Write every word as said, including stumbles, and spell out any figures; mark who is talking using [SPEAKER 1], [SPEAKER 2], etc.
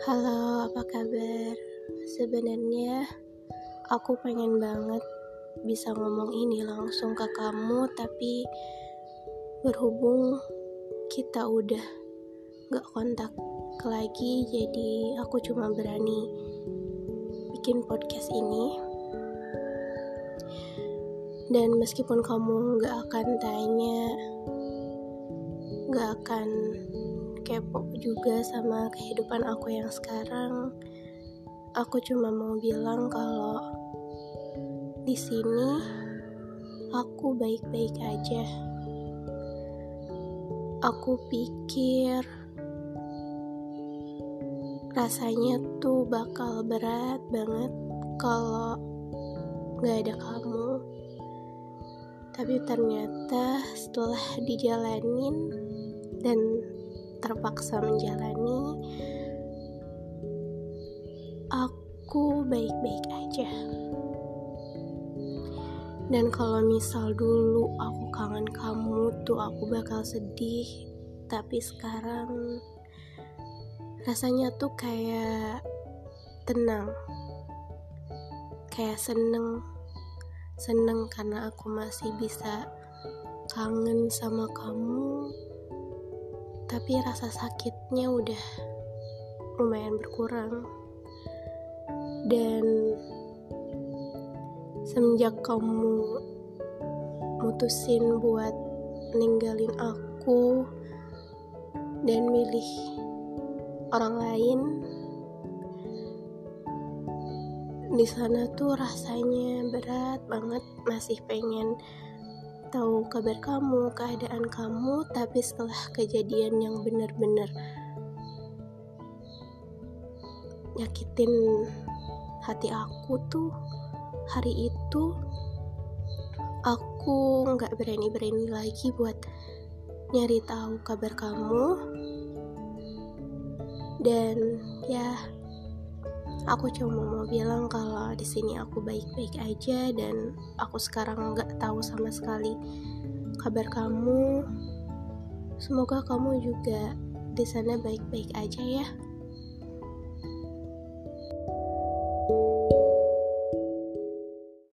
[SPEAKER 1] Halo, apa kabar? Sebenarnya aku pengen banget bisa ngomong ini langsung ke kamu, tapi berhubung kita udah gak kontak lagi, jadi aku cuma berani bikin podcast ini. Dan meskipun kamu gak akan tanya, gak akan kepo juga sama kehidupan aku yang sekarang, aku cuma mau bilang kalau di sini aku baik-baik aja. Aku pikir rasanya tuh bakal berat banget kalau gak ada kamu. Tapi ternyata setelah dijalanin dan terpaksa menjalani, aku baik-baik aja. Dan kalau misal dulu aku kangen kamu tuh aku bakal sedih, tapi sekarang rasanya tuh kayak tenang, kayak seneng seneng karena aku masih bisa kangen sama kamu. Tapi rasa sakitnya udah lumayan berkurang. Dan semenjak kamu mutusin buat ninggalin aku dan milih orang lain, di sana tuh rasanya berat banget. Masih pengen tahu kabar kamu, keadaan kamu, tapi setelah kejadian yang benar-benar nyakitin hati aku tuh, hari itu aku gak berani-berani lagi buat nyari tahu kabar kamu. Dan ya, aku cuma mau bilang kalau di sini aku baik-baik aja, dan aku sekarang nggak tahu sama sekali kabar kamu. Semoga kamu juga di sana baik-baik aja ya.